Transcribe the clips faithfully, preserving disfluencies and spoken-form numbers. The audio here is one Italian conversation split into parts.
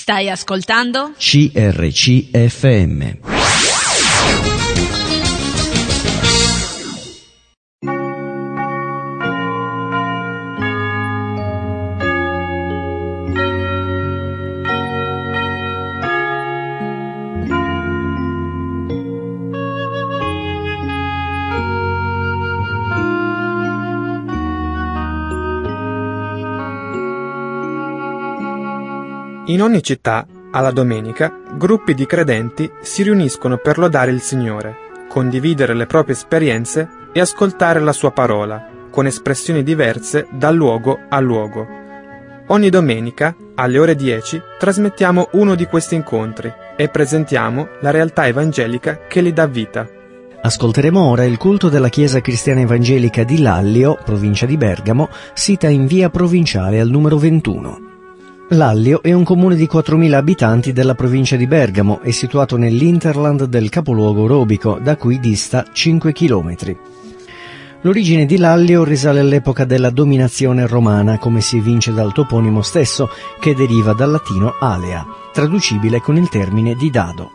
Stai ascoltando C R C F M. In ogni città, alla domenica, gruppi di credenti si riuniscono per lodare il Signore, condividere le proprie esperienze e ascoltare la sua parola, con espressioni diverse da luogo a luogo. Ogni domenica, alle ore dieci, trasmettiamo uno di questi incontri e presentiamo la realtà evangelica che li dà vita. Ascolteremo ora il culto della Chiesa Cristiana Evangelica di Lallio, provincia di Bergamo, sita in via Provinciale al numero ventuno. Lallio è un comune di quattromila abitanti della provincia di Bergamo e situato nell'hinterland del capoluogo orobico, da cui dista cinque chilometri. L'origine di Lallio risale all'epoca della dominazione romana, come si evince dal toponimo stesso, che deriva dal latino alea, traducibile con il termine di dado.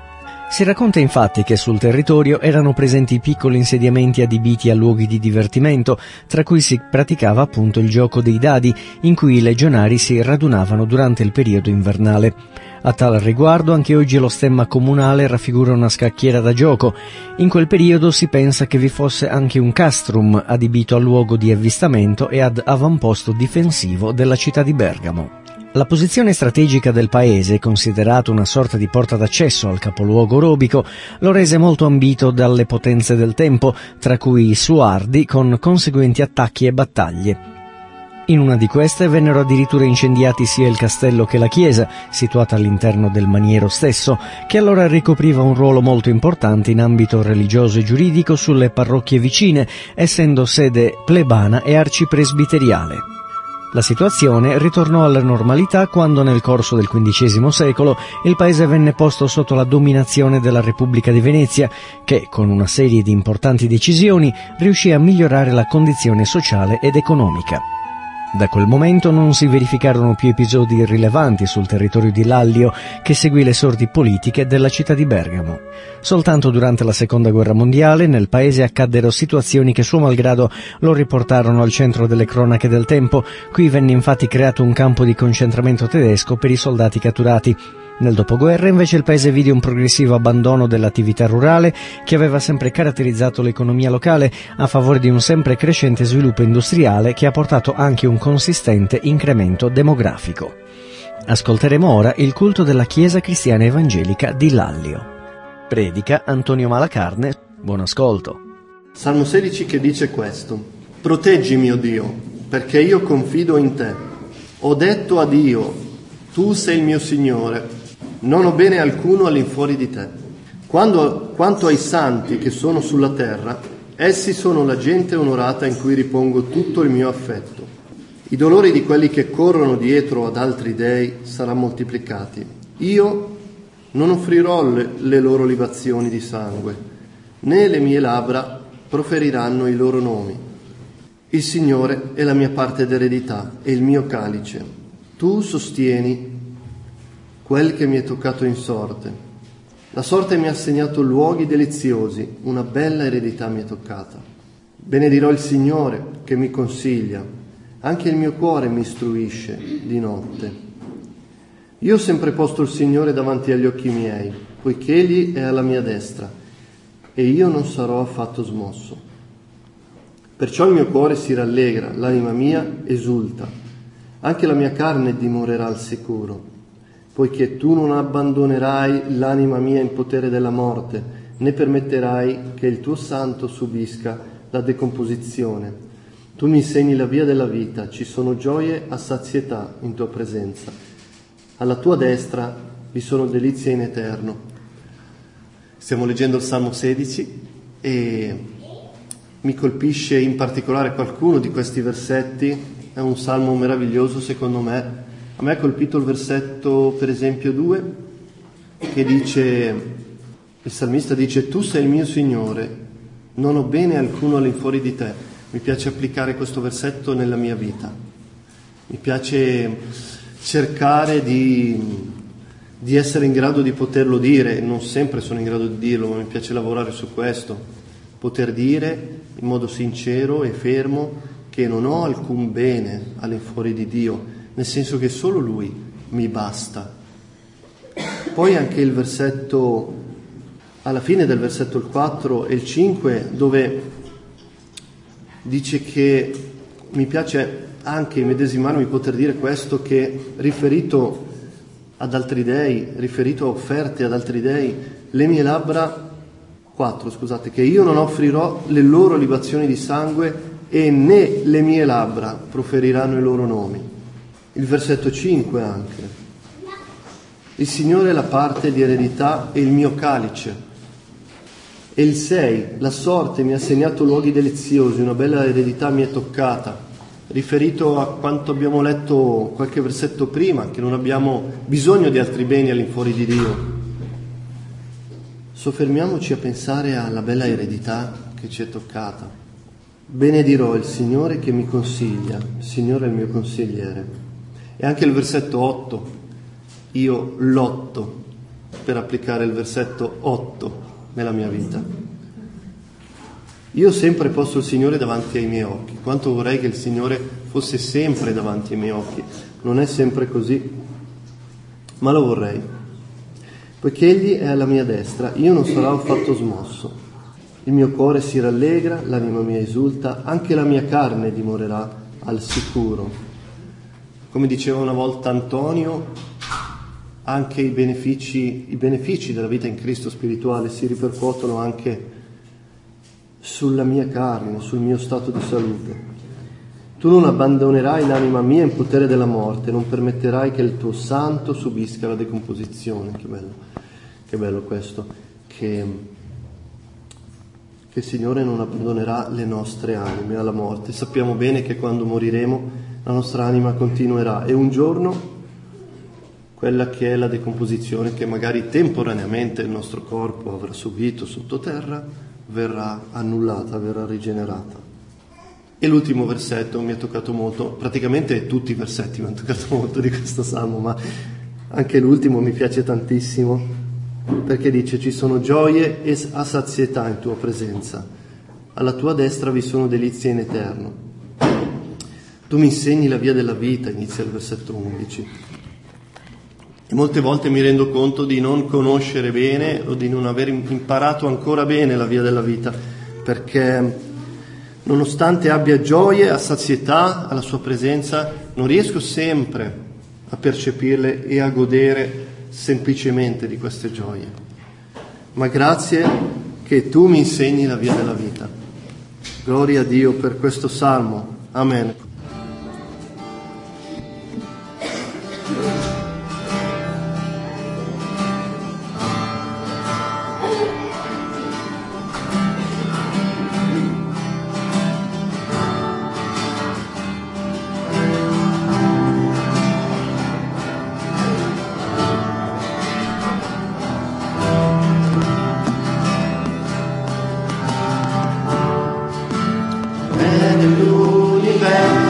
Si racconta infatti che sul territorio erano presenti piccoli insediamenti adibiti a luoghi di divertimento, tra cui si praticava appunto il gioco dei dadi, in cui i legionari si radunavano durante il periodo invernale. A tal riguardo anche oggi lo stemma comunale raffigura una scacchiera da gioco. In quel periodo si pensa che vi fosse anche un castrum adibito a luogo di avvistamento e ad avamposto difensivo della città di Bergamo. La posizione strategica del paese, considerato una sorta di porta d'accesso al capoluogo orobico, lo rese molto ambito dalle potenze del tempo, tra cui i Suardi, con conseguenti attacchi e battaglie. In una di queste vennero addirittura incendiati sia il castello che la chiesa, situata all'interno del maniero stesso, che allora ricopriva un ruolo molto importante in ambito religioso e giuridico sulle parrocchie vicine, essendo sede plebana e arcipresbiteriale. La situazione ritornò alla normalità quando nel corso del quindicesimo secolo il paese venne posto sotto la dominazione della Repubblica di Venezia, che con una serie di importanti decisioni riuscì a migliorare la condizione sociale ed economica. Da quel momento non si verificarono più episodi rilevanti sul territorio di Lallio che seguì le sorti politiche della città di Bergamo. Soltanto durante la Seconda Guerra Mondiale nel paese accaddero situazioni che suo malgrado lo riportarono al centro delle cronache del tempo. Qui venne infatti creato un campo di concentramento tedesco per i soldati catturati. Nel dopoguerra invece il paese vide un progressivo abbandono dell'attività rurale che aveva sempre caratterizzato l'economia locale a favore di un sempre crescente sviluppo industriale che ha portato anche un consistente incremento demografico. Ascolteremo ora il culto della Chiesa Cristiana Evangelica di Lallio. Predica Antonio Malacarne. Buon ascolto. Salmo sedici che dice questo: Proteggimi, o Dio, perché io confido in te. Ho detto a Dio, tu sei il mio Signore. Non ho bene alcuno all'infuori di te. Quando, quanto ai santi che sono sulla terra, essi sono la gente onorata in cui ripongo tutto il mio affetto. I dolori di quelli che corrono dietro ad altri dei saranno moltiplicati. Io non offrirò le, le loro libazioni di sangue, né le mie labbra proferiranno i loro nomi. Il Signore è la mia parte d'eredità e il mio calice. Tu sostieni quel che mi è toccato in sorte. La sorte mi ha assegnato luoghi deliziosi, una bella eredità mi è toccata. Benedirò il Signore che mi consiglia, anche il mio cuore mi istruisce di notte. Io ho sempre posto il Signore davanti agli occhi miei, poiché Egli è alla mia destra, e io non sarò affatto smosso. Perciò il mio cuore si rallegra, l'anima mia esulta, anche la mia carne dimorerà al sicuro. Poiché tu non abbandonerai l'anima mia in potere della morte, né permetterai che il tuo santo subisca la decomposizione. Tu mi insegni la via della vita, ci sono gioie a sazietà in tua presenza. Alla tua destra vi sono delizie in eterno. Stiamo leggendo il Salmo sedici e mi colpisce in particolare qualcuno di questi versetti. È un salmo meraviglioso secondo me. A me ha colpito il versetto, per esempio, due, che dice, il salmista dice, tu sei il mio Signore, non ho bene alcuno all'infuori di te. Mi piace applicare questo versetto nella mia vita. Mi piace cercare di di essere in grado di poterlo dire. Non sempre sono in grado di dirlo, ma mi piace lavorare su questo, poter dire in modo sincero e fermo che non ho alcun bene all'infuori di Dio, nel senso che solo Lui mi basta. Poi anche il versetto, alla fine del versetto il quattro e il cinque, dove dice che mi piace anche medesimarmi, poter dire questo, che riferito ad altri dei, riferito a offerte ad altri dei, le mie labbra, quattro scusate, che io non offrirò le loro libazioni di sangue e né le mie labbra proferiranno i loro nomi. Il versetto cinque anche. Il Signore è la parte di eredità e il mio calice. E il sei, la sorte mi ha segnato luoghi deliziosi, una bella eredità mi è toccata. Riferito a quanto abbiamo letto qualche versetto prima, che non abbiamo bisogno di altri beni all'infuori di Dio. Soffermiamoci a pensare alla bella eredità che ci è toccata. Benedirò il Signore che mi consiglia, il Signore è il mio consigliere. E anche il versetto otto, io lotto per applicare il versetto otto nella mia vita. Io ho sempre posto il Signore davanti ai miei occhi. Quanto vorrei che il Signore fosse sempre davanti ai miei occhi. Non è sempre così, ma lo vorrei. Poiché Egli è alla mia destra, io non sarò affatto smosso. Il mio cuore si rallegra, l'anima mia esulta, anche la mia carne dimorerà al sicuro. Come diceva una volta Antonio, anche i benefici, i benefici della vita in Cristo spirituale si ripercuotono anche sulla mia carne, sul mio stato di salute. Tu non abbandonerai l'anima mia in potere della morte, non permetterai che il tuo santo subisca la decomposizione. Che bello, che bello questo, che, che il Signore non abbandonerà le nostre anime alla morte. Sappiamo bene che quando moriremo la nostra anima continuerà e un giorno quella che è la decomposizione che magari temporaneamente il nostro corpo avrà subito sottoterra verrà annullata, verrà rigenerata. E l'ultimo versetto mi ha toccato molto, praticamente tutti i versetti mi hanno toccato molto di questo salmo, ma anche l'ultimo mi piace tantissimo, perché dice: ci sono gioie e a sazietà in tua presenza, alla tua destra vi sono delizie in eterno. Tu mi insegni la via della vita, inizia il versetto undici. E molte volte mi rendo conto di non conoscere bene o di non aver imparato ancora bene la via della vita, perché nonostante abbia gioie a sazietà alla sua presenza, non riesco sempre a percepirle e a godere semplicemente di queste gioie. Ma grazie che tu mi insegni la via della vita. Gloria a Dio per questo salmo. Amen. Nell'universo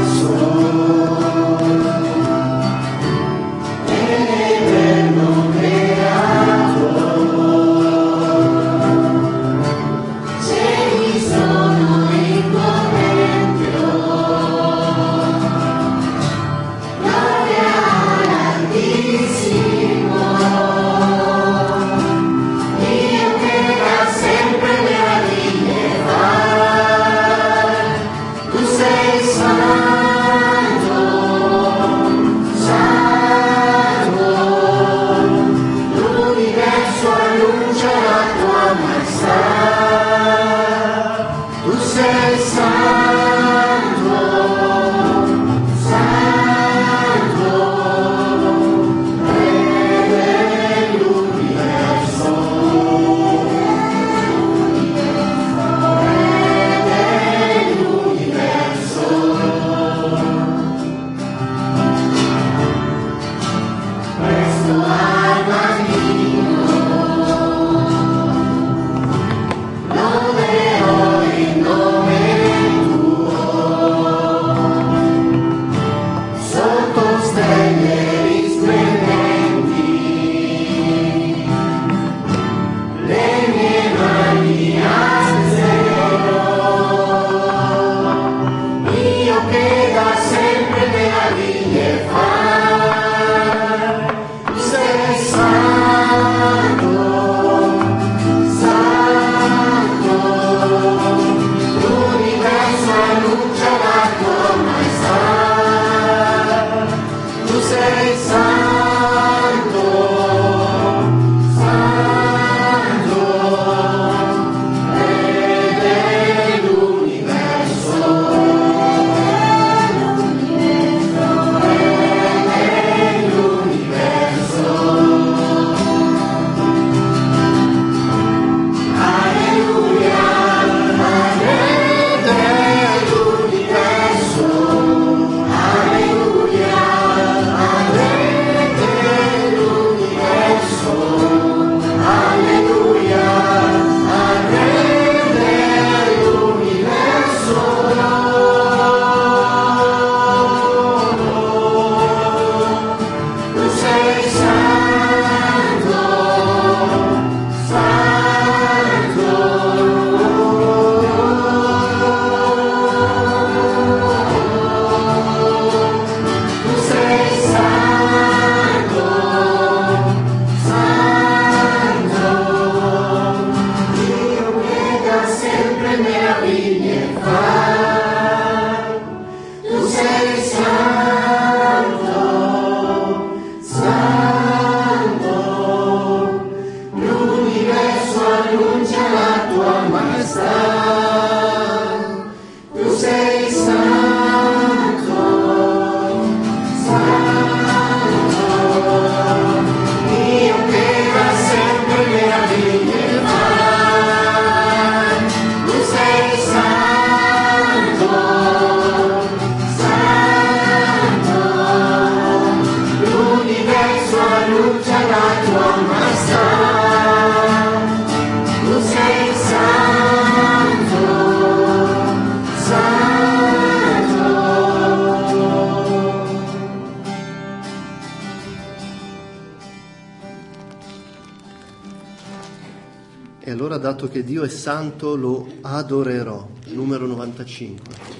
E allora, dato che Dio è santo, lo adorerò. Numero novantacinque.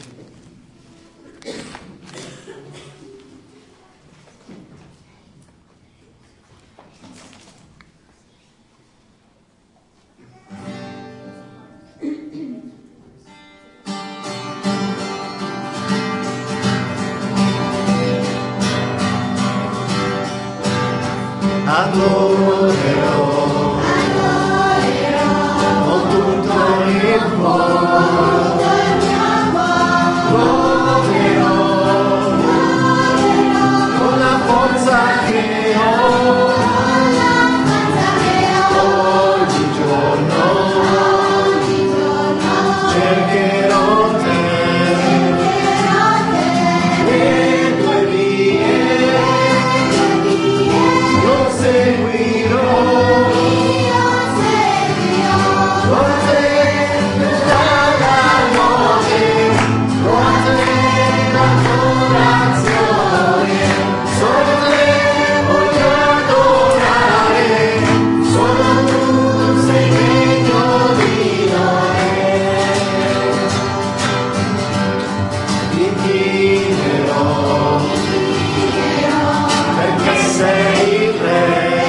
Adorerò, adorerò, con tutto il cuore, loderò, con la forza che ho, ogni giorno, cercherò te, le tue vie. Seguirò, io seguirò, con te tutta la notte, con te l'adorazione, solo te voglio adorare, solo tu sei degno di lode. Ti chiederò, perché sei il Re.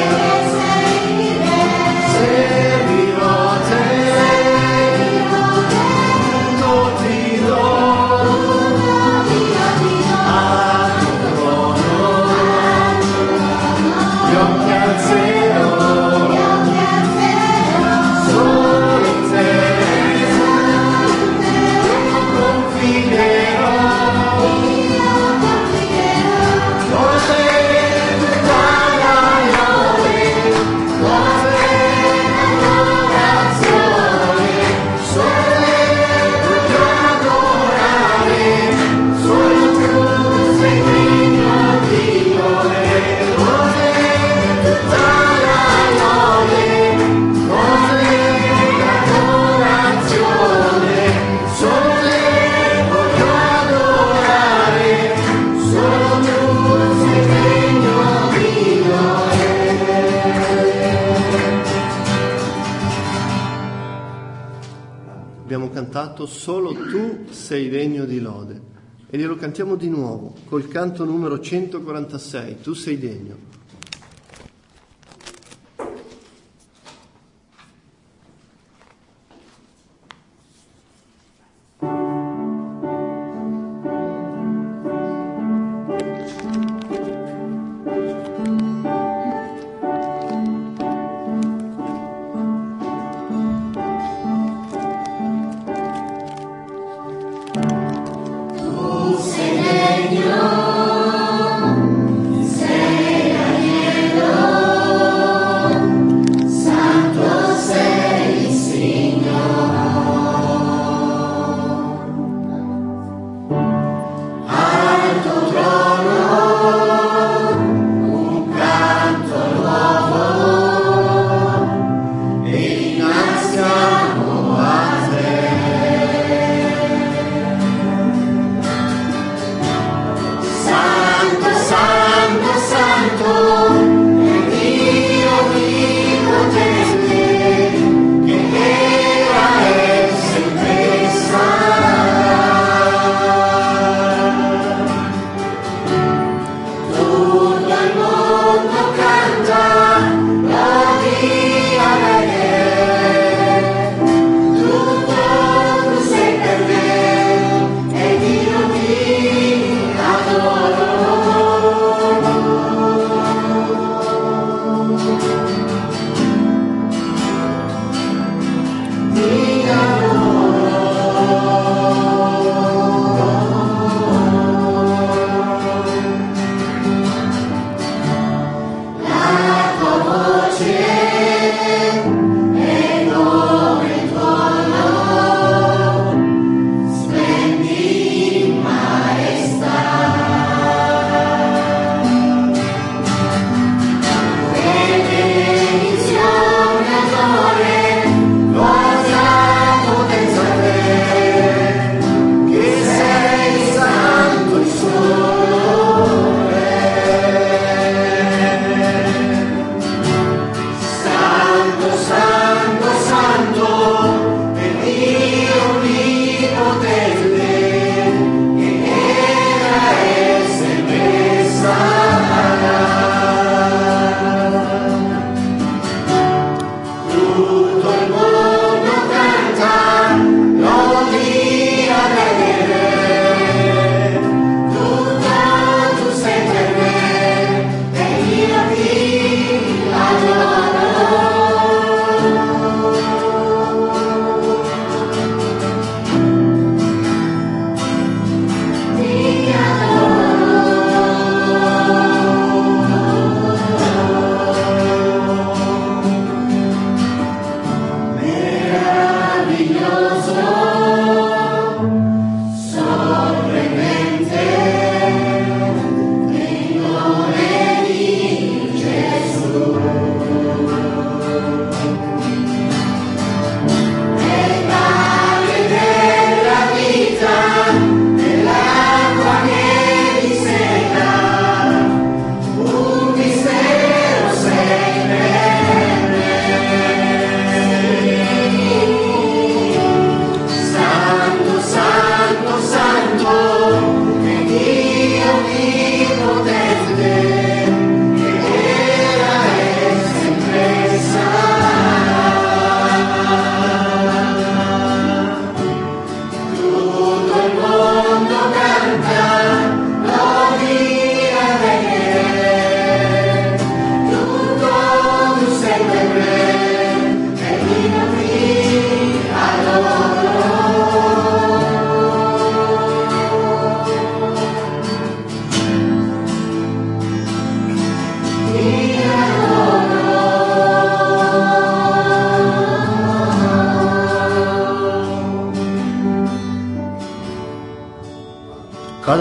Abbiamo cantato Solo tu sei degno di lode e glielo cantiamo di nuovo col canto numero centoquarantasei, Tu sei degno.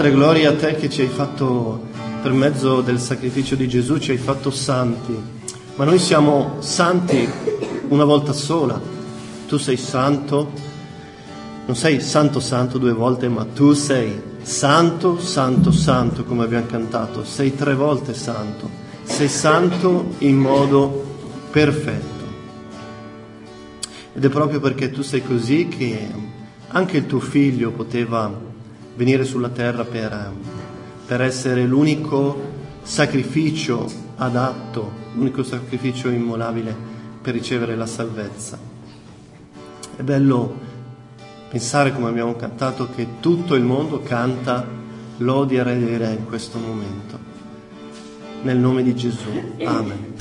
Padre, gloria a te che ci hai fatto, per mezzo del sacrificio di Gesù, ci hai fatto santi. Ma noi siamo santi una volta sola. Tu sei santo, non sei santo santo due volte, ma tu sei santo, santo, santo, come abbiamo cantato. Sei tre volte santo. Sei santo in modo perfetto. Ed è proprio perché tu sei così che anche il tuo figlio poteva venire sulla terra per, per essere l'unico sacrificio adatto, l'unico sacrificio immolabile per ricevere la salvezza. È bello pensare, come abbiamo cantato, che tutto il mondo canta lodi e Re dei Re in questo momento. Nel nome di Gesù. Amen.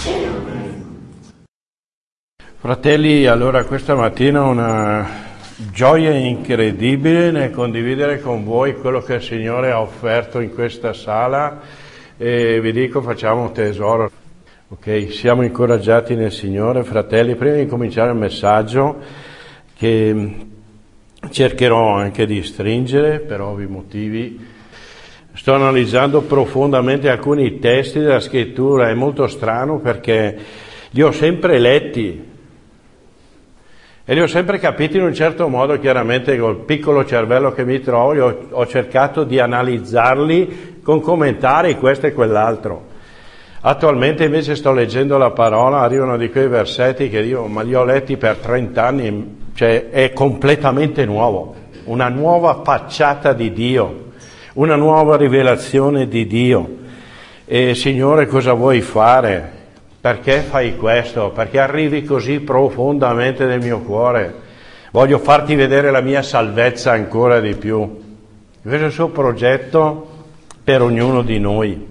Fratelli, allora questa mattina una gioia incredibile nel condividere con voi quello che il Signore ha offerto in questa sala e vi dico facciamo tesoro. Ok, siamo incoraggiati nel Signore, fratelli. Prima di cominciare il messaggio, che cercherò anche di stringere per ovvi motivi, sto analizzando profondamente alcuni testi della Scrittura. È molto strano perché li ho sempre letti e li ho sempre capiti in un certo modo. Chiaramente col piccolo cervello che mi trovo io ho, ho cercato di analizzarli con commentari questo e quell'altro. Attualmente invece sto leggendo la parola, arrivano di quei versetti che io ma li ho letti per trent'anni, cioè è completamente nuovo, una nuova facciata di Dio, una nuova rivelazione di Dio. E Signore, cosa vuoi fare? Perché fai questo? Perché arrivi così profondamente nel mio cuore? Voglio farti vedere la mia salvezza ancora di più. Questo è il suo progetto per ognuno di noi.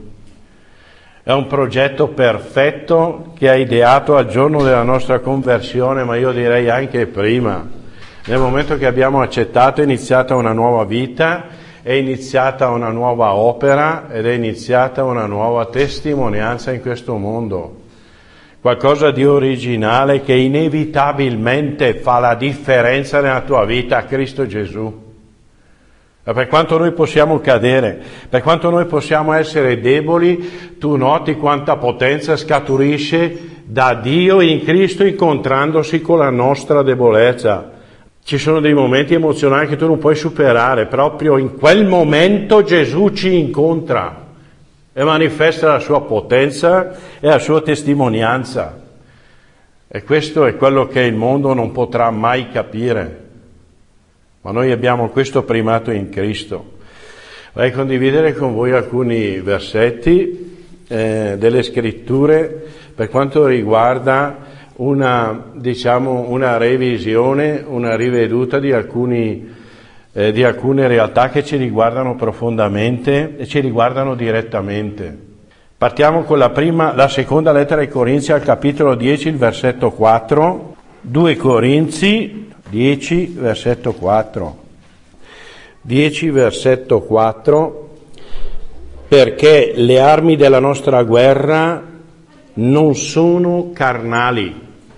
È un progetto perfetto che ha ideato al giorno della nostra conversione, ma io direi anche prima. Nel momento che abbiamo accettato è iniziata una nuova vita, è iniziata una nuova opera ed è iniziata una nuova testimonianza in questo mondo. Qualcosa di originale che inevitabilmente fa la differenza nella tua vita a Cristo Gesù. Per quanto noi possiamo cadere, per quanto noi possiamo essere deboli, tu noti quanta potenza scaturisce da Dio in Cristo incontrandosi con la nostra debolezza. Ci sono dei momenti emozionali che tu non puoi superare, proprio in quel momento Gesù ci incontra e manifesta la sua potenza e la sua testimonianza. E questo è quello che il mondo non potrà mai capire. Ma noi abbiamo questo primato in Cristo. Vorrei condividere con voi alcuni versetti eh, delle Scritture per quanto riguarda una, diciamo, una revisione, una riveduta di alcuni eh, di alcune realtà che ci riguardano profondamente e ci riguardano direttamente. Partiamo con la prima, la seconda lettera ai Corinzi al capitolo dieci, il versetto quattro, due Corinzi dieci, versetto quattro. dieci, versetto quattro. Perché le armi della nostra guerra non sono carnali,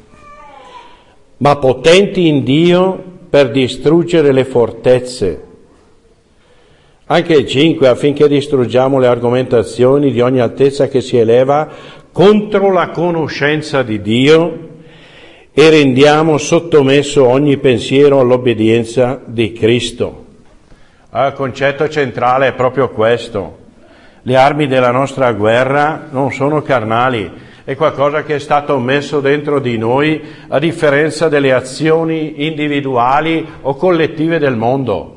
ma potenti in Dio per distruggere le fortezze. Anche il cinque, affinché distruggiamo le argomentazioni di ogni altezza che si eleva contro la conoscenza di Dio e rendiamo sottomesso ogni pensiero all'obbedienza di Cristo. Allora, il concetto centrale è proprio questo. Le armi della nostra guerra non sono carnali, è qualcosa che è stato messo dentro di noi a differenza delle azioni individuali o collettive del mondo.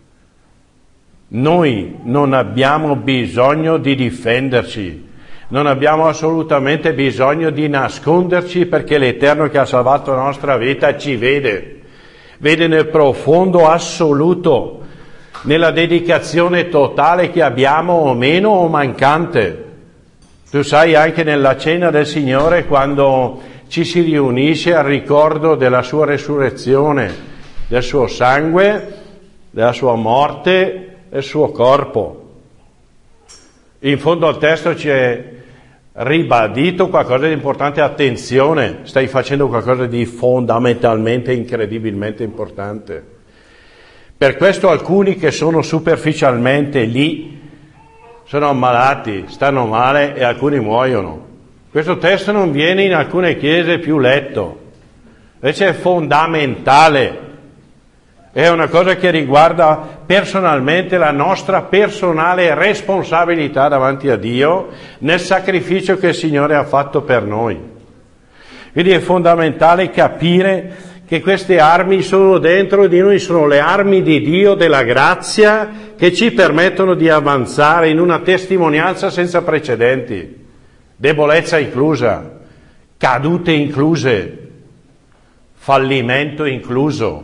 Noi non abbiamo bisogno di difenderci. Non abbiamo assolutamente bisogno di nasconderci perché l'Eterno che ha salvato la nostra vita ci vede, vede nel profondo assoluto, nella dedicazione totale che abbiamo o meno o mancante. Tu sai, anche nella cena del Signore, quando ci si riunisce al ricordo della sua resurrezione, del suo sangue, della sua morte, del suo corpo. In fondo al testo ci è ribadito qualcosa di importante. Attenzione, stai facendo qualcosa di fondamentalmente, incredibilmente importante. Per questo alcuni che sono superficialmente lì sono ammalati, stanno male e alcuni muoiono. Questo testo non viene in alcune chiese più letto, invece è fondamentale. È una cosa che riguarda personalmente la nostra personale responsabilità davanti a Dio nel sacrificio che il Signore ha fatto per noi. Quindi è fondamentale capire che queste armi sono dentro di noi, sono le armi di Dio, della grazia, che ci permettono di avanzare in una testimonianza senza precedenti, debolezza inclusa, cadute incluse, fallimento incluso.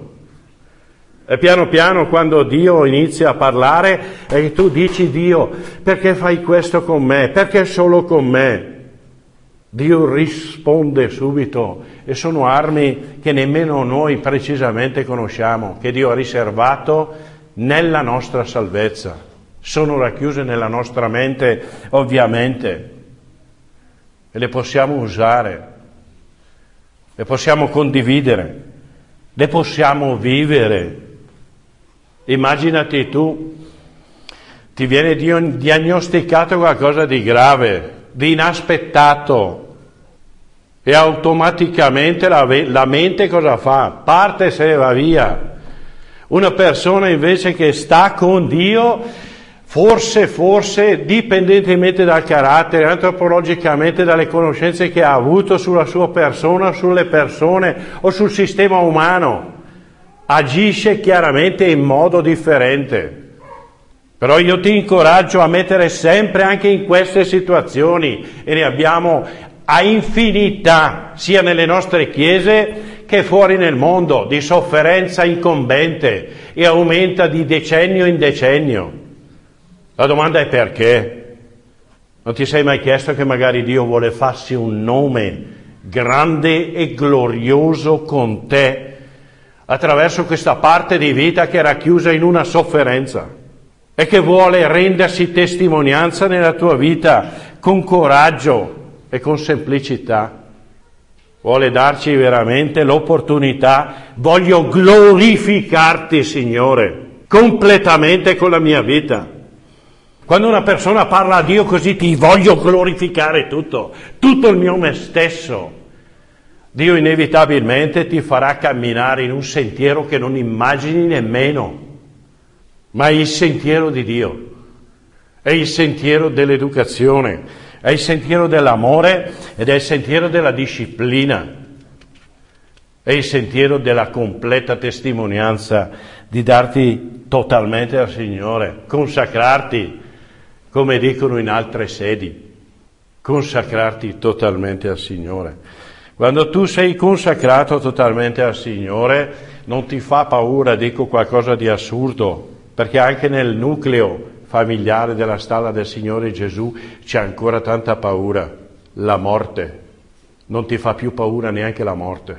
E piano piano quando Dio inizia a parlare e tu dici: Dio, perché fai questo con me? Perché solo con me? Dio risponde subito, e sono armi che nemmeno noi precisamente conosciamo, che Dio ha riservato nella nostra salvezza. Sono racchiuse nella nostra mente, ovviamente, e le possiamo usare, le possiamo condividere, le possiamo vivere. Immaginati tu, ti viene diagnosticato qualcosa di grave, di inaspettato, e automaticamente la, la mente cosa fa? Parte e se ne va via. Una persona invece che sta con Dio, forse, forse, dipendentemente dal carattere, antropologicamente dalle conoscenze che ha avuto sulla sua persona, sulle persone o sul sistema umano, agisce chiaramente in modo differente. Però io ti incoraggio a mettere sempre anche in queste situazioni, e ne abbiamo a infinità, sia nelle nostre chiese che fuori nel mondo, di sofferenza incombente, e aumenta di decennio in decennio. La domanda è perché? Non ti sei mai chiesto che magari Dio vuole farsi un nome grande e glorioso con te attraverso questa parte di vita che è racchiusa in una sofferenza, e che vuole rendersi testimonianza nella tua vita con coraggio e con semplicità? Vuole darci veramente l'opportunità: voglio glorificarti, Signore, completamente con la mia vita. Quando una persona parla a Dio così: ti voglio glorificare tutto, tutto il mio me stesso, Dio inevitabilmente ti farà camminare in un sentiero che non immagini nemmeno, ma è il sentiero di Dio, è il sentiero dell'educazione, è il sentiero dell'amore ed è il sentiero della disciplina, è il sentiero della completa testimonianza, di darti totalmente al Signore, consacrarti, come dicono in altre sedi, consacrarti totalmente al Signore. Quando tu sei consacrato totalmente al Signore, non ti fa paura, dico qualcosa di assurdo, perché anche nel nucleo familiare della stalla del Signore Gesù c'è ancora tanta paura. La morte. Non ti fa più paura neanche la morte.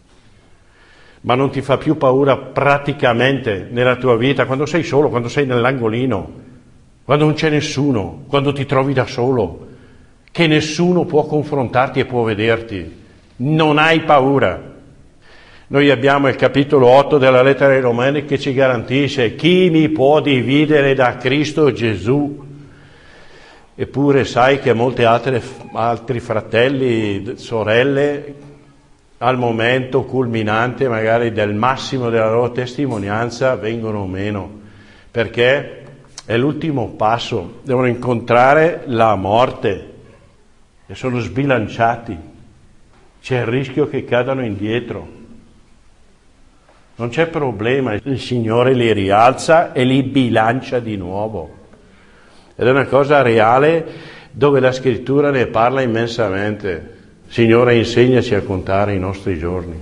Ma non ti fa più paura praticamente nella tua vita, quando sei solo, quando sei nell'angolino, quando non c'è nessuno, quando ti trovi da solo, che nessuno può confrontarti e può vederti. Non hai paura. Noi abbiamo il capitolo otto della lettera ai Romani che ci garantisce: chi mi può dividere da Cristo Gesù? Eppure sai che molti altri, altri fratelli, sorelle, al momento culminante magari del massimo della loro testimonianza, vengono meno, perché è l'ultimo passo, devono incontrare la morte e sono sbilanciati, c'è il rischio che cadano indietro. Non c'è problema, il Signore li rialza e li bilancia di nuovo. Ed è una cosa reale dove la Scrittura ne parla immensamente. Signore, insegnaci a contare i nostri giorni.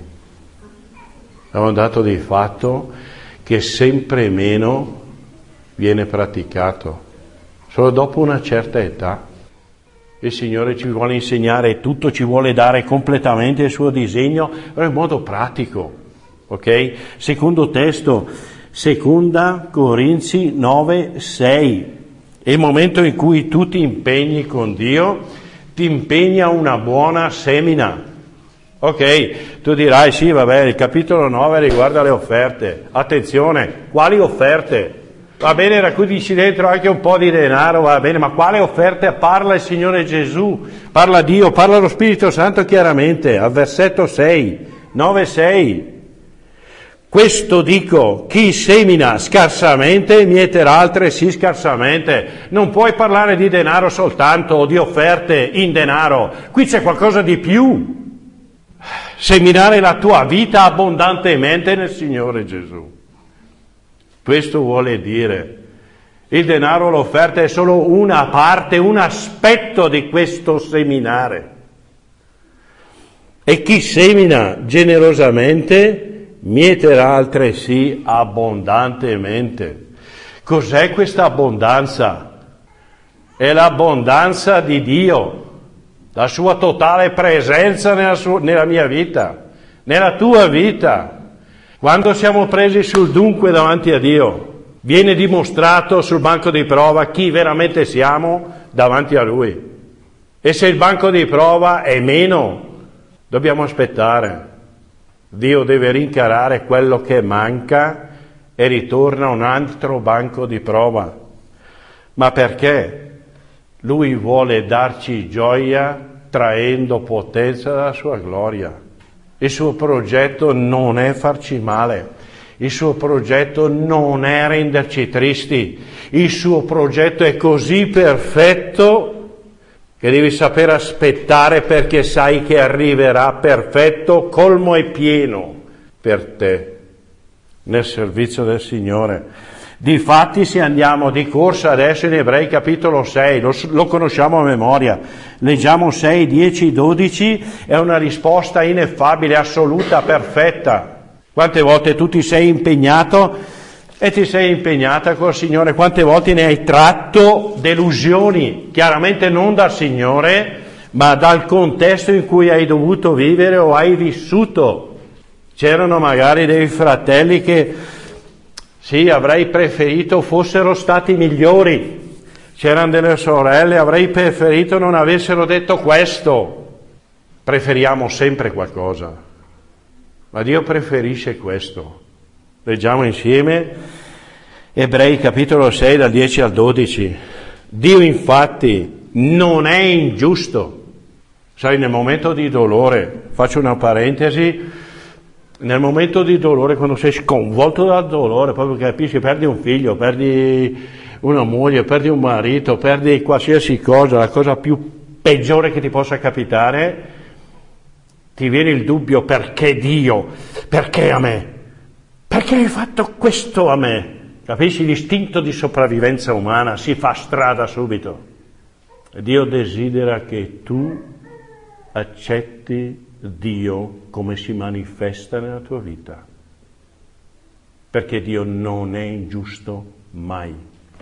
È un dato di fatto che sempre meno viene praticato. Solo dopo una certa età. Il Signore ci vuole insegnare tutto, ci vuole dare completamente il suo disegno, però in modo pratico. Ok? Secondo testo, seconda Corinzi nove, sei. È il momento in cui tu ti impegni con Dio, ti impegna una buona semina. Ok, tu dirai sì, vabbè, il capitolo nove riguarda le offerte. Attenzione, quali offerte? Va bene, raccoglici dentro anche un po' di denaro, va bene, ma quale offerte parla il Signore Gesù? Parla Dio, parla lo Spirito Santo chiaramente, al versetto sei, nove sei. Questo dico, chi semina scarsamente mieterà altresì scarsamente. Non puoi parlare di denaro soltanto o di offerte in denaro, qui c'è qualcosa di più. Seminare la tua vita abbondantemente nel Signore Gesù. Questo vuole dire, il denaro, l'offerta è solo una parte, un aspetto di questo seminare. E chi semina generosamente mieterà altresì abbondantemente. Cos'è questa abbondanza? È l'abbondanza di Dio, la sua totale presenza nella, sua, nella mia vita, nella tua vita. Quando siamo presi sul dunque davanti a Dio, viene dimostrato sul banco di prova chi veramente siamo davanti a Lui. E se il banco di prova è meno, dobbiamo aspettare. Dio deve rincarare quello che manca e ritorna a un altro banco di prova. Ma perché? Lui vuole darci gioia traendo potenza dalla sua gloria. Il suo progetto non è farci male, il suo progetto non è renderci tristi, il suo progetto è così perfetto che devi saper aspettare perché sai che arriverà perfetto, colmo e pieno per te nel servizio del Signore. Difatti, se andiamo di corsa adesso in Ebrei capitolo sei, lo, lo conosciamo a memoria, leggiamo sei, dieci, dodici, è una risposta ineffabile, assoluta, perfetta. Quante volte tu ti sei impegnato e ti sei impegnata col Signore, quante volte ne hai tratto delusioni, chiaramente non dal Signore, ma dal contesto in cui hai dovuto vivere o hai vissuto. C'erano magari dei fratelli che sì, avrei preferito fossero stati migliori. C'erano delle sorelle, avrei preferito non avessero detto questo. Preferiamo sempre qualcosa, ma Dio preferisce questo. Leggiamo insieme Ebrei capitolo sei dal dieci al dodici. Dio infatti non è ingiusto. Sai, nel momento di dolore, faccio una parentesi, nel momento di dolore, quando sei sconvolto dal dolore, proprio capisci, perdi un figlio, perdi una moglie, perdi un marito, perdi qualsiasi cosa, la cosa più peggiore che ti possa capitare, ti viene il dubbio: perché Dio? Perché a me? Perché hai fatto questo a me? Capisci? L'istinto di sopravvivenza umana si fa strada subito. E Dio desidera che tu accetti Dio come si manifesta nella tua vita, perché Dio non è ingiusto mai,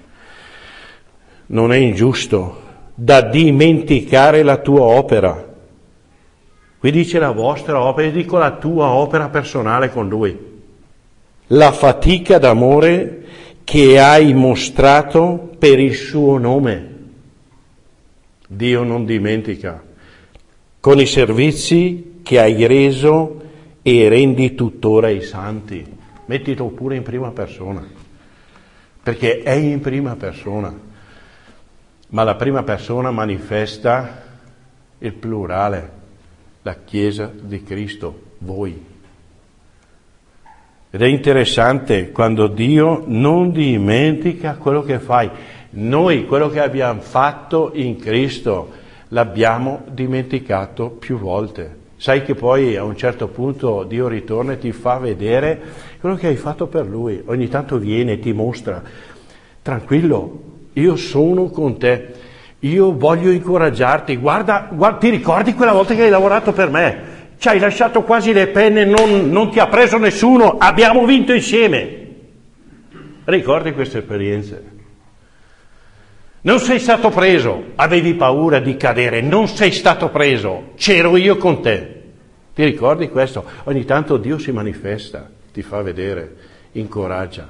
non è ingiusto da dimenticare la tua opera. Qui dice la vostra opera, io dico la tua opera personale con Lui, la fatica d'amore che hai mostrato per il suo nome. Dio non dimentica, con i servizi che hai reso e rendi tuttora ai santi. Mettilo pure in prima persona, perché è in prima persona, ma la prima persona manifesta il plurale, la Chiesa di Cristo, voi. Ed è interessante quando Dio non dimentica quello che fai. Noi, quello che abbiamo fatto in Cristo, l'abbiamo dimenticato più volte. Sai che poi a un certo punto Dio ritorna e ti fa vedere quello che hai fatto per Lui. Ogni tanto viene e ti mostra: tranquillo, io sono con te, io voglio incoraggiarti, guarda, guarda, ti ricordi quella volta che hai lavorato per me? Ci hai lasciato quasi le penne, non, non ti ha preso nessuno, abbiamo vinto insieme. Ricordi queste esperienze? Non sei stato preso, avevi paura di cadere, non sei stato preso, c'ero io con te. Ti ricordi questo? Ogni tanto Dio si manifesta, ti fa vedere, incoraggia.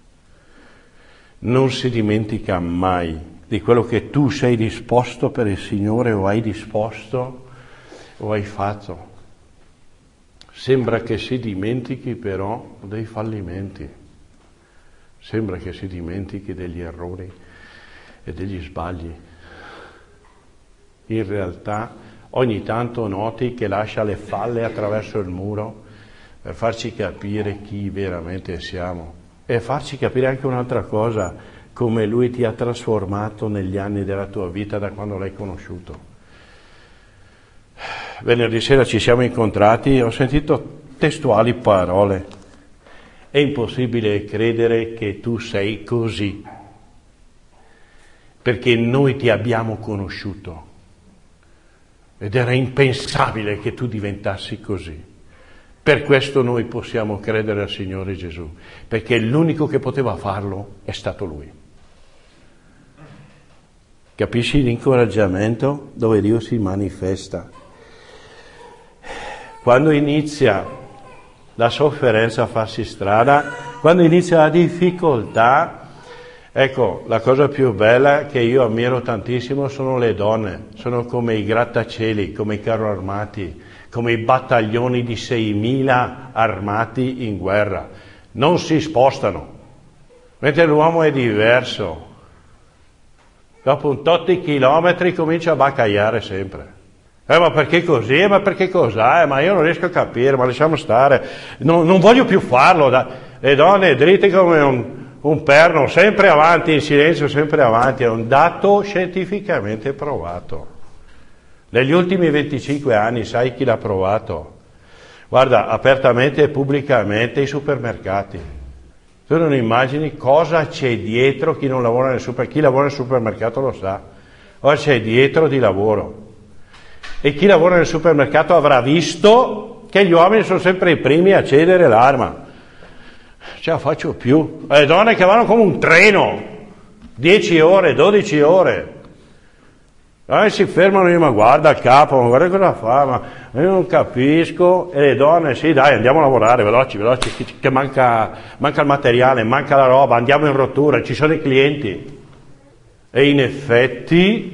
Non si dimentica mai di quello che tu sei disposto per il Signore o hai disposto o hai fatto. sembra che si dimentichi però dei fallimenti, sembra che si dimentichi degli errori e degli sbagli. In realtà ogni tanto noti che lascia le falle attraverso il muro per farci capire chi veramente siamo e farci capire anche un'altra cosa, come Lui ti ha trasformato negli anni della tua vita da quando l'hai conosciuto. Venerdì sera ci siamo incontrati e ho sentito testuali parole. È impossibile credere che tu sei così, perché noi ti abbiamo conosciuto ed era impensabile che tu diventassi così. Per questo noi possiamo credere al Signore Gesù, perché l'unico che poteva farlo è stato Lui. Capisci l'incoraggiamento dove Dio si manifesta? Quando inizia la sofferenza a farsi strada, quando inizia la difficoltà, ecco, la cosa più bella che io ammiro tantissimo sono le donne, sono come i grattacieli, come i carro armati, come i battaglioni di seimila armati in guerra. Non si spostano, mentre l'uomo è diverso. Dopo un tot di chilometri comincia a baccagliare sempre. Eh, ma perché così? Ma perché cos'è? Ma io non riesco a capire, ma lasciamo stare. Non, non voglio più farlo. Da... Le donne dritte come un, un perno, sempre avanti, in silenzio, sempre avanti. È un dato scientificamente provato. Negli ultimi venticinque anni, sai chi l'ha provato? Guarda, apertamente e pubblicamente i supermercati. Tu non immagini cosa c'è dietro chi non lavora nel supermercato. Chi lavora nel supermercato lo sa. Ora c'è dietro di lavoro. E chi lavora nel supermercato avrà visto che gli uomini sono sempre i primi a cedere l'arma. Ce la faccio più. Le donne che vanno come un treno, dieci ore, dodici ore. Allora si fermano e dicono, ma guarda il capo, ma guarda cosa fa, ma io non capisco. E le donne, sì dai, andiamo a lavorare, veloci, veloci, che manca, manca il materiale, manca la roba, andiamo in rottura, ci sono i clienti. E in effetti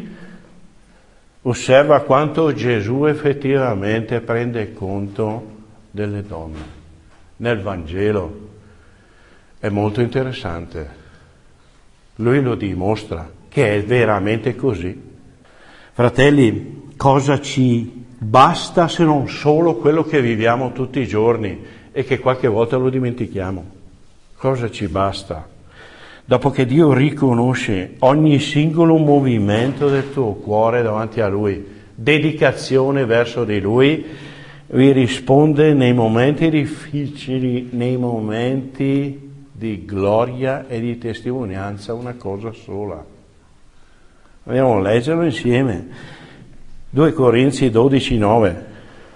osserva quanto Gesù effettivamente prende conto delle donne. Nel Vangelo è molto interessante. Lui lo dimostra che è veramente così. Fratelli, cosa ci basta se non solo quello che viviamo tutti i giorni e che qualche volta lo dimentichiamo? Cosa ci basta? Dopo che Dio riconosce ogni singolo movimento del tuo cuore davanti a Lui, dedicazione verso di Lui, Lui risponde nei momenti difficili, nei momenti di gloria e di testimonianza una cosa sola. Andiamo a leggerlo insieme. due Corinzi dodici nove.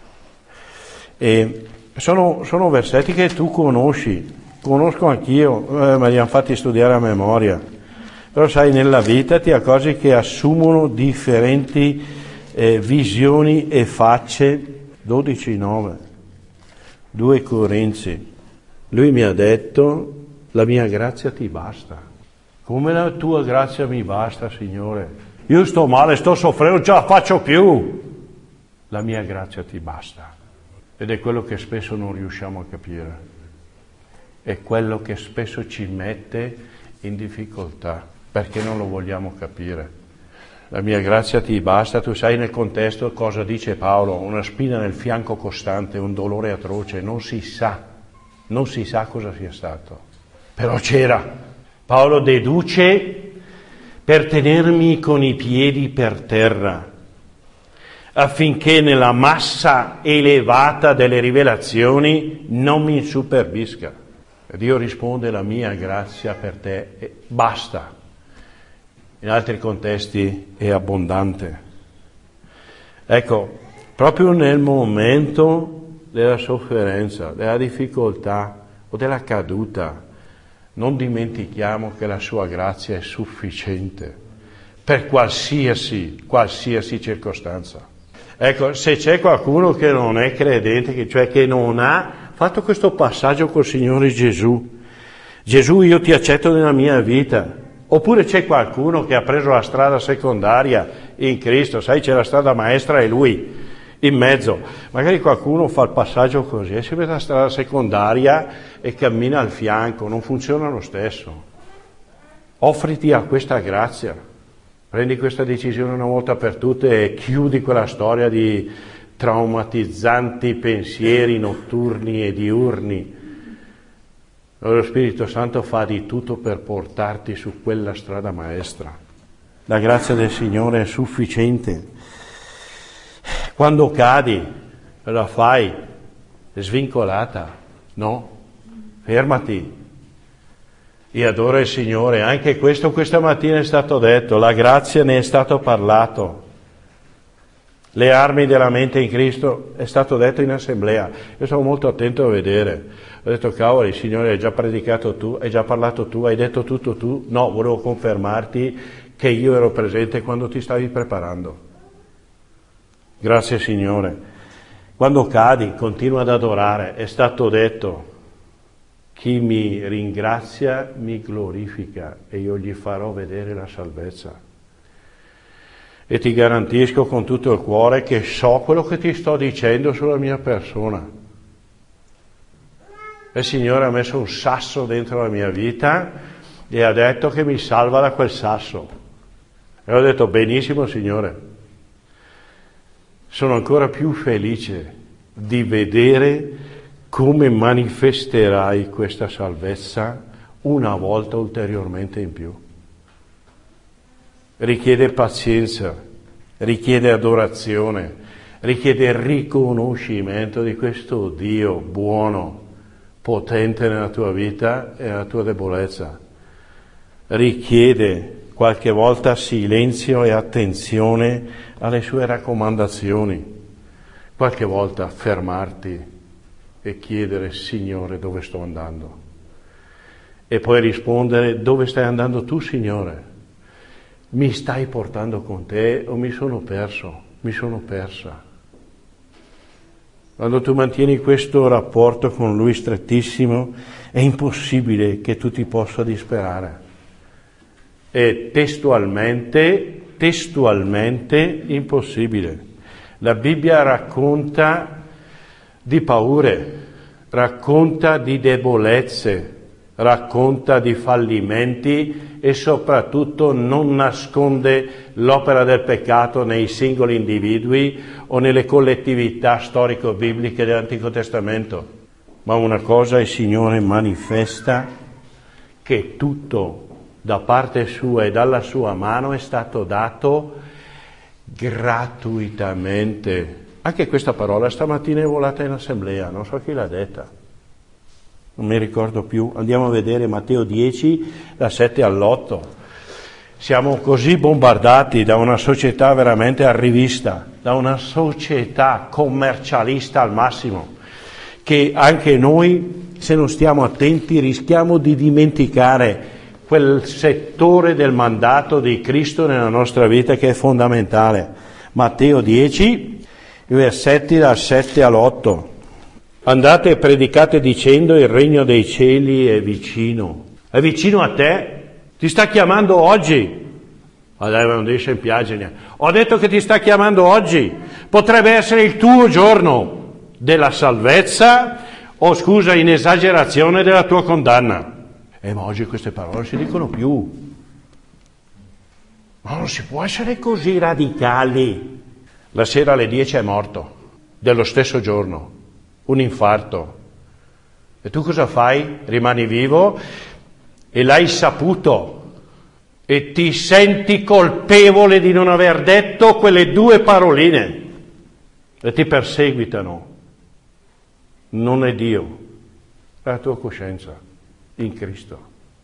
E sono, sono versetti che tu conosci. Conosco anch'io, eh, me li hanno fatti studiare a memoria, però sai, nella vita ti accorgi che assumono differenti eh, visioni e facce. dodici nove, due Corinzi. Lui mi ha detto, la mia grazia ti basta. Come la tua grazia mi basta, Signore? Io sto male, sto soffrendo, non ce la faccio più. La mia grazia ti basta. Ed è quello che spesso non riusciamo a capire. È quello che spesso ci mette in difficoltà, perché non lo vogliamo capire. La mia grazia ti basta, tu sai nel contesto cosa dice Paolo, una spina nel fianco costante, un dolore atroce, non si sa, non si sa cosa sia stato, però c'era. Paolo deduce per tenermi con i piedi per terra, affinché nella massa elevata delle rivelazioni non mi insuperbisca. Dio risponde, la mia grazia per te è, basta. In altri contesti è abbondante. Ecco, proprio nel momento della sofferenza, della difficoltà o della caduta, non dimentichiamo che la sua grazia è sufficiente per qualsiasi, qualsiasi circostanza. Ecco, se c'è qualcuno che non è credente, cioè che non ha fatto questo passaggio col Signore Gesù, Gesù, io ti accetto nella mia vita, oppure c'è qualcuno che ha preso la strada secondaria in Cristo, sai, c'è la strada maestra e Lui, in mezzo. Magari qualcuno fa il passaggio così e si mette la strada secondaria e cammina al fianco, non funziona lo stesso. Offriti a questa grazia, prendi questa decisione una volta per tutte e chiudi quella storia di traumatizzanti pensieri notturni e diurni. Lo Spirito Santo fa di tutto per portarti su quella strada maestra. La grazia del Signore è sufficiente. Quando cadi, la fai svincolata, no? Fermati e adora il Signore. Anche questo questa mattina è stato detto, la grazia ne è stato parlato. Le armi della mente in Cristo è stato detto in assemblea. Io sono molto attento a vedere. Ho detto, cavolo, il Signore hai già predicato tu, hai già parlato tu, hai detto tutto tu. No, volevo confermarti che io ero presente quando ti stavi preparando. Grazie Signore. Quando cadi, continua ad adorare. È stato detto, chi mi ringrazia mi glorifica e io gli farò vedere la salvezza. E ti garantisco con tutto il cuore che so quello che ti sto dicendo sulla mia persona. Il Signore ha messo un sasso dentro la mia vita e ha detto che mi salva da quel sasso. E ho detto, benissimo Signore. Sono ancora più felice di vedere come manifesterai questa salvezza una volta ulteriormente in più. Richiede pazienza, richiede adorazione, richiede riconoscimento di questo Dio buono, potente nella tua vita e nella tua debolezza. Richiede qualche volta silenzio e attenzione alle sue raccomandazioni, qualche volta fermarti e chiedere, Signore, dove sto andando? E poi rispondere, dove stai andando tu, Signore? Mi stai portando con te o mi sono perso? Mi sono persa. Quando tu mantieni questo rapporto con Lui strettissimo, è impossibile che tu ti possa disperare. È testualmente, testualmente impossibile. La Bibbia racconta di paure, racconta di debolezze, racconta di fallimenti e soprattutto non nasconde l'opera del peccato nei singoli individui o nelle collettività storico-bibliche dell'Antico Testamento. Ma una cosa il Signore manifesta, che tutto da parte sua e dalla sua mano è stato dato gratuitamente. Anche questa parola stamattina è volata in assemblea, non so chi l'ha detta. Non mi ricordo più, andiamo a vedere Matteo dieci, da sette all'otto. Siamo così bombardati da una società veramente arrivista, da una società commercialista al massimo, che anche noi, se non stiamo attenti, rischiamo di dimenticare quel settore del mandato di Cristo nella nostra vita che è fondamentale. Matteo dieci, versetti dal sette all'otto. Andate e predicate dicendo il regno dei cieli è vicino. È vicino a te? Ti sta chiamando oggi. Allora non dice in piagine. Ho detto che ti sta chiamando oggi. Potrebbe essere il tuo giorno della salvezza o, scusa, in esagerazione della tua condanna. E ma oggi queste parole non si dicono più. Ma non si può essere così radicali. La sera alle dieci è morto, dello stesso giorno. Un infarto. E tu cosa fai? Rimani vivo e l'hai saputo e ti senti colpevole di non aver detto quelle due paroline e ti perseguitano. Non è Dio, è la tua coscienza in Cristo.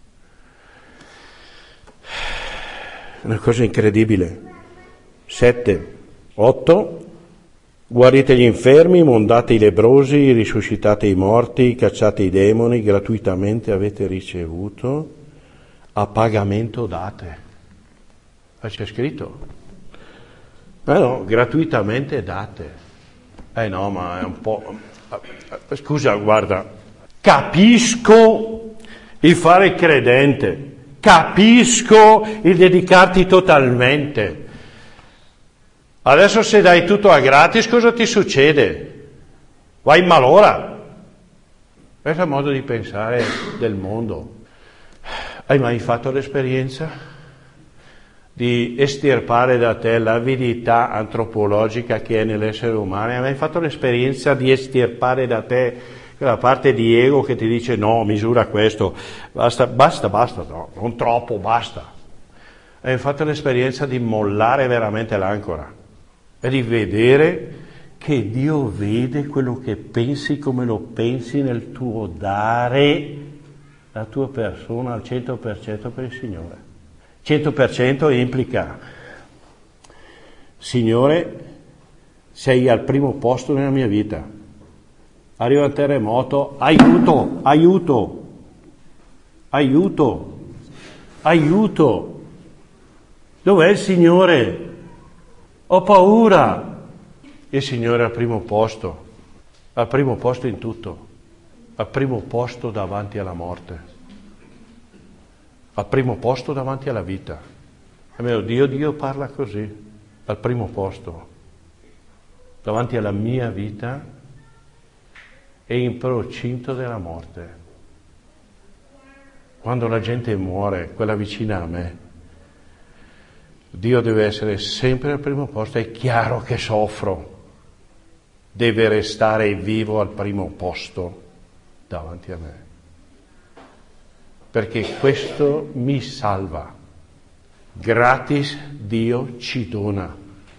Una cosa incredibile. Sette, otto. Guarite gli infermi, mondate i lebbrosi, risuscitate i morti, cacciate i demoni, gratuitamente avete ricevuto, a pagamento date. Ma c'è scritto? Eh no, gratuitamente date. Eh no, ma è un po'... Scusa, guarda, capisco il fare credente, capisco il dedicarti totalmente. Adesso se dai tutto a gratis cosa ti succede? Vai in malora. Questo è il modo di pensare del mondo. Hai mai fatto l'esperienza di estirpare da te l'avidità antropologica che è nell'essere umano? Hai mai fatto l'esperienza di estirpare da te quella parte di ego che ti dice no, misura questo, basta, basta, basta, no, non troppo, basta. Hai fatto l'esperienza di mollare veramente l'ancora e di vedere che Dio vede quello che pensi come lo pensi nel tuo dare la tua persona al cento per cento per il Signore. cento per cento implica, Signore, sei al primo posto nella mia vita. Arriva un terremoto, aiuto, aiuto, aiuto, aiuto. Dov'è il Signore? Ho paura. Il Signore è al primo posto, al primo posto in tutto, al primo posto davanti alla morte, al primo posto davanti alla vita. Almeno Dio, Dio parla così, al primo posto, davanti alla mia vita e in procinto della morte. Quando la gente muore, quella vicina a me, Dio deve essere sempre al primo posto. È chiaro che soffro, deve restare vivo al primo posto davanti a me, perché questo mi salva. Gratis Dio ci dona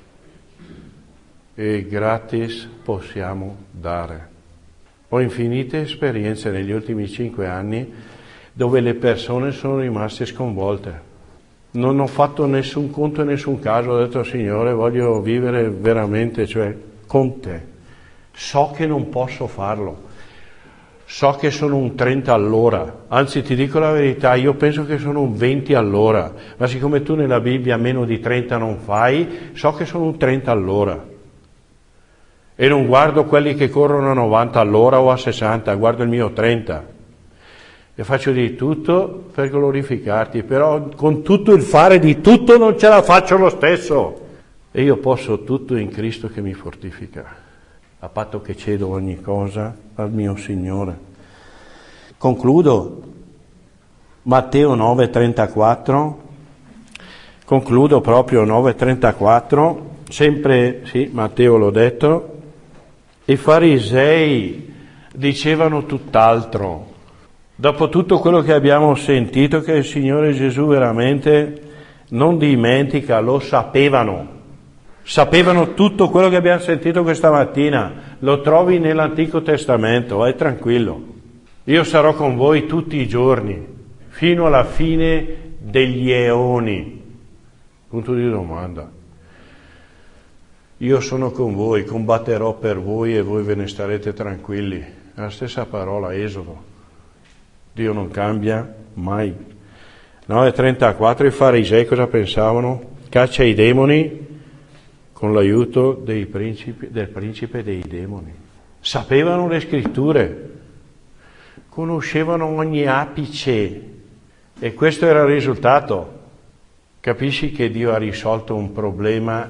e gratis possiamo dare. Ho infinite esperienze negli ultimi cinque anni dove le persone sono rimaste sconvolte. Non ho fatto nessun conto e nessun caso, ho detto Signore voglio vivere veramente, cioè con te. So che non posso farlo, so che sono un trenta all'ora, anzi ti dico la verità, io penso che sono un venti all'ora, ma siccome tu nella Bibbia meno di trenta non fai, so che sono un trenta all'ora. E non guardo quelli che corrono a novanta all'ora o a sessanta, guardo il mio trenta. E faccio di tutto per glorificarti, però con tutto il fare di tutto non ce la faccio lo stesso. E io posso tutto in Cristo che mi fortifica, a patto che cedo ogni cosa al mio Signore. Concludo, Matteo nove trentaquattro, concludo proprio nove trentaquattro, sempre, sì, Matteo l'ho detto, i farisei dicevano tutt'altro. Dopo tutto quello che abbiamo sentito, che il Signore Gesù veramente non dimentica, lo sapevano. Sapevano tutto quello che abbiamo sentito questa mattina, lo trovi nell'Antico Testamento, vai tranquillo. Io sarò con voi tutti i giorni, fino alla fine degli eoni. Punto di domanda. Io sono con voi, combatterò per voi e voi ve ne starete tranquilli. È la stessa parola, Esodo. Dio non cambia mai. nove trentaquattro i farisei cosa pensavano? Caccia i demoni con l'aiuto dei principi, del principe dei demoni. Sapevano le scritture, conoscevano ogni apice e questo era il risultato. Capisci che Dio ha risolto un problema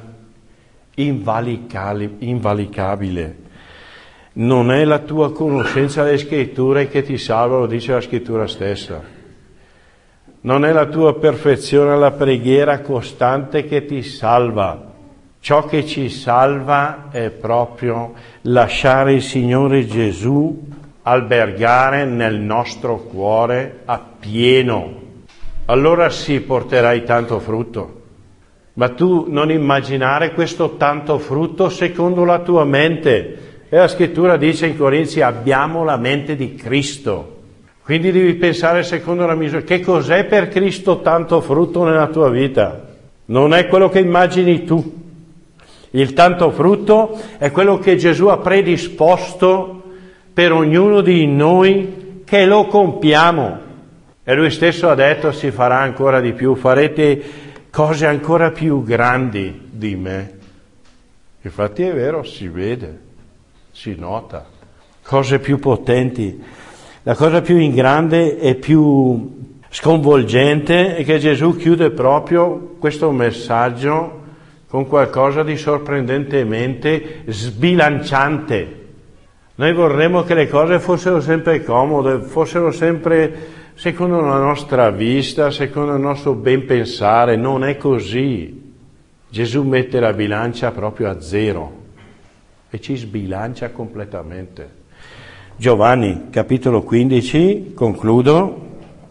invalicabile. Non è la tua conoscenza delle scritture che ti salva, lo dice la scrittura stessa. Non è la tua perfezione alla preghiera costante che ti salva. Ciò che ci salva è proprio lasciare il Signore Gesù albergare nel nostro cuore appieno. Allora sì, porterai tanto frutto. Ma tu non immaginare questo tanto frutto secondo la tua mente. E la scrittura dice in Corinzi, abbiamo la mente di Cristo. Quindi devi pensare secondo la misura. Che cos'è per Cristo tanto frutto nella tua vita? Non è quello che immagini tu. Il tanto frutto è quello che Gesù ha predisposto per ognuno di noi che lo compiamo. E lui stesso ha detto, si farà ancora di più, farete cose ancora più grandi di me. Infatti è vero, si vede. Si nota, cose più potenti. La cosa più in grande e più sconvolgente è che Gesù chiude proprio questo messaggio con qualcosa di sorprendentemente sbilanciante. Noi vorremmo che le cose fossero sempre comode, fossero sempre secondo la nostra vista, secondo il nostro ben pensare. Non è così. Gesù mette la bilancia proprio a zero e ci sbilancia completamente. Giovanni, capitolo quindici, concludo,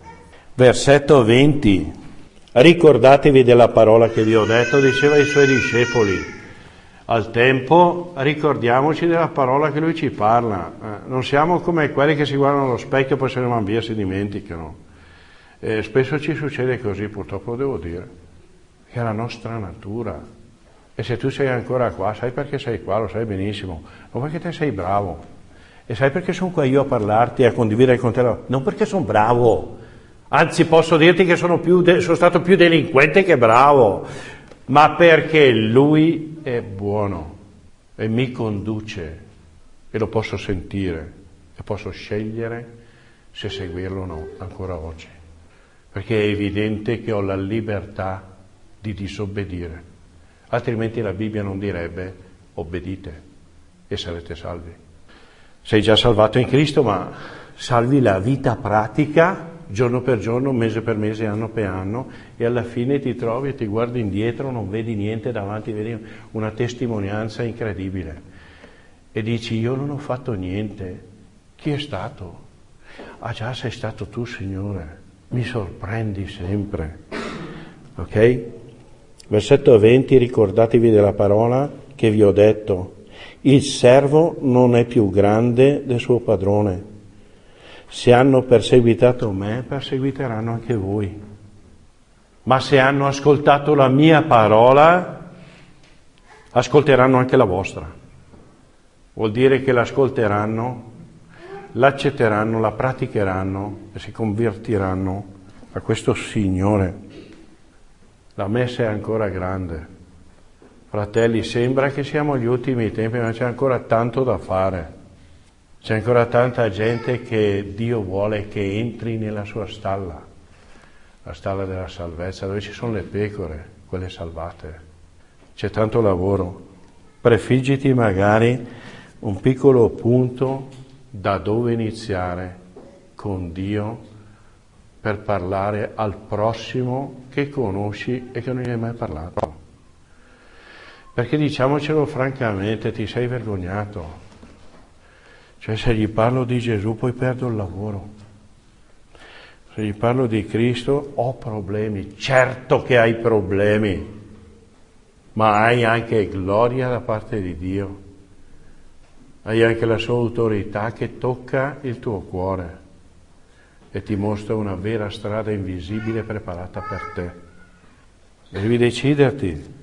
versetto venti. Ricordatevi della parola che vi ho detto, diceva ai suoi discepoli. Al tempo ricordiamoci della parola che lui ci parla. Eh, non siamo come quelli che si guardano allo specchio e poi se ne vanno via e si dimenticano. Eh, spesso ci succede così, purtroppo lo devo dire, che è la nostra natura. E se tu sei ancora qua, sai perché sei qua, lo sai benissimo, non perché te sei bravo. E sai perché sono qua io a parlarti e a condividere con te? Non perché sono bravo, anzi posso dirti che sono, più de- sono stato più delinquente che bravo, ma perché lui è buono e mi conduce e lo posso sentire e posso scegliere se seguirlo o no ancora oggi, perché è evidente che ho la libertà di disobbedire, altrimenti la Bibbia non direbbe obbedite e sarete salvi. Sei già salvato in Cristo, ma salvi la vita pratica giorno per giorno, mese per mese, anno per anno, e alla fine ti trovi e ti guardi indietro, non vedi niente davanti, vedi una testimonianza incredibile e dici io non ho fatto niente, chi è stato? Ah già, sei stato tu, Signore, mi sorprendi sempre. Ok? Versetto venti, ricordatevi della parola che vi ho detto, il servo non è più grande del suo padrone. Se hanno perseguitato me, perseguiteranno anche voi. Ma se hanno ascoltato la mia parola, ascolteranno anche la vostra. Vuol dire che l'ascolteranno, l'accetteranno, la praticheranno e si convertiranno a questo Signore. La messa è ancora grande. Fratelli, sembra che siamo agli ultimi tempi, ma c'è ancora tanto da fare. C'è ancora tanta gente che Dio vuole che entri nella sua stalla, la stalla della salvezza, dove ci sono le pecore, quelle salvate. C'è tanto lavoro. Prefiggiti magari un piccolo punto da dove iniziare con Dio per parlare al prossimo che conosci e che non gli hai mai parlato. Perché diciamocelo francamente, ti sei vergognato. Cioè se gli parlo di Gesù poi perdo il lavoro. Se gli parlo di Cristo ho problemi. Certo che hai problemi, ma hai anche gloria da parte di Dio. Hai anche la sua autorità che tocca il tuo cuore e ti mostra una vera strada invisibile preparata per te. Devi deciderti.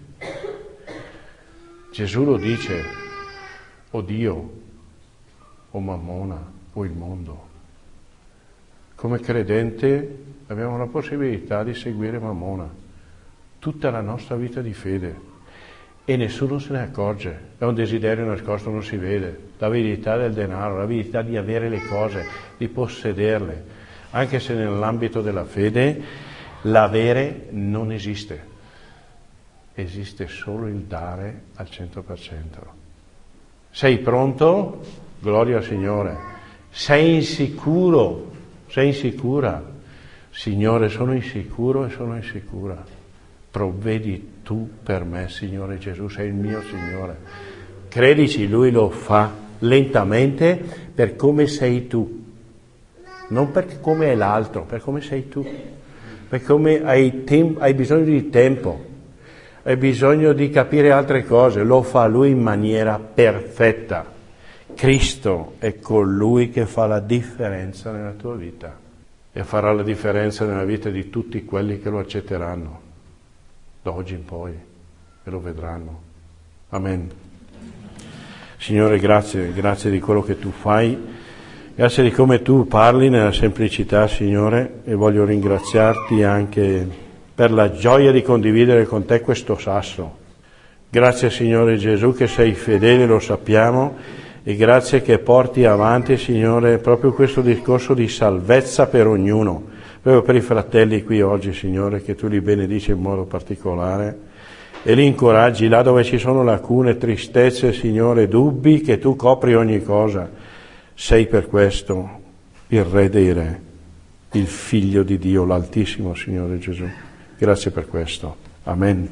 Gesù lo dice, o Dio, o Mammona, o il mondo. Come credente abbiamo la possibilità di seguire Mammona tutta la nostra vita di fede e nessuno se ne accorge, è un desiderio nascosto, non si vede, l'avidità del denaro, l'avidità di avere le cose, di possederle, anche se nell'ambito della fede l'avere non esiste. Esiste solo il dare al cento per cento. Sei pronto? Gloria al Signore. Sei insicuro? Sei insicura? Signore, sono insicuro e sono insicura. Provvedi tu per me, Signore Gesù, sei il mio Signore. Credici, Lui lo fa lentamente per come sei tu. Non per come è l'altro, per come sei tu. Per come hai, tem- hai bisogno di tempo. Hai bisogno di capire altre cose, lo fa Lui in maniera perfetta. Cristo è colui che fa la differenza nella tua vita e farà la differenza nella vita di tutti quelli che lo accetteranno da oggi in poi e lo vedranno. Amen. Signore, grazie, grazie di quello che tu fai, grazie di come tu parli nella semplicità, Signore, e voglio ringraziarti anche per la gioia di condividere con te questo sasso. Grazie Signore Gesù che sei fedele, lo sappiamo, e grazie che porti avanti, Signore, proprio questo discorso di salvezza per ognuno, proprio per i fratelli qui oggi, Signore, che tu li benedici in modo particolare e li incoraggi là dove ci sono lacune, tristezze, Signore, dubbi, che tu copri ogni cosa. Sei per questo il Re dei Re, il Figlio di Dio, l'Altissimo Signore Gesù. Grazie per questo. Amen.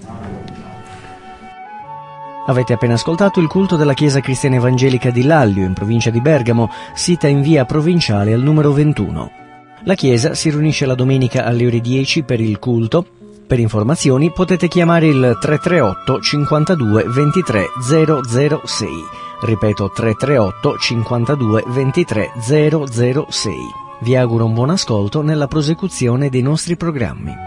Avete appena ascoltato il culto della Chiesa Cristiana Evangelica di Lallio, in provincia di Bergamo, sita in via Provinciale al numero ventuno. La Chiesa si riunisce la domenica alle ore dieci per il culto. Per informazioni potete chiamare il tre tre otto cinquantadue ventitré zero zero sei. Ripeto, tre tre otto cinquantadue ventitré zero zero sei. Vi auguro un buon ascolto nella prosecuzione dei nostri programmi.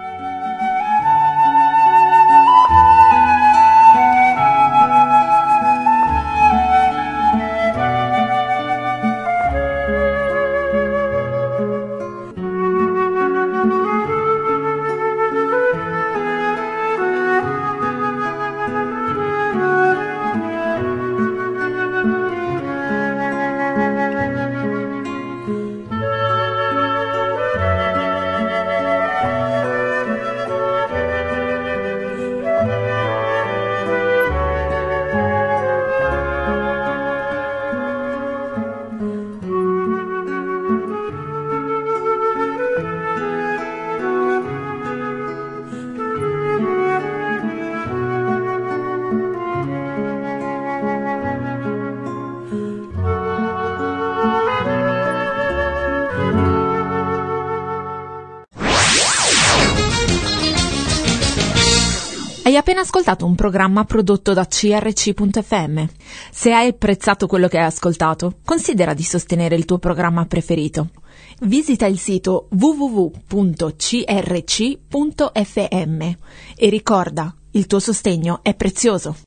Hai appena ascoltato un programma prodotto da C R C punto F M. Se hai apprezzato quello che hai ascoltato, considera di sostenere il tuo programma preferito. Visita il sito w w w punto c r c punto f m e ricorda, il tuo sostegno è prezioso.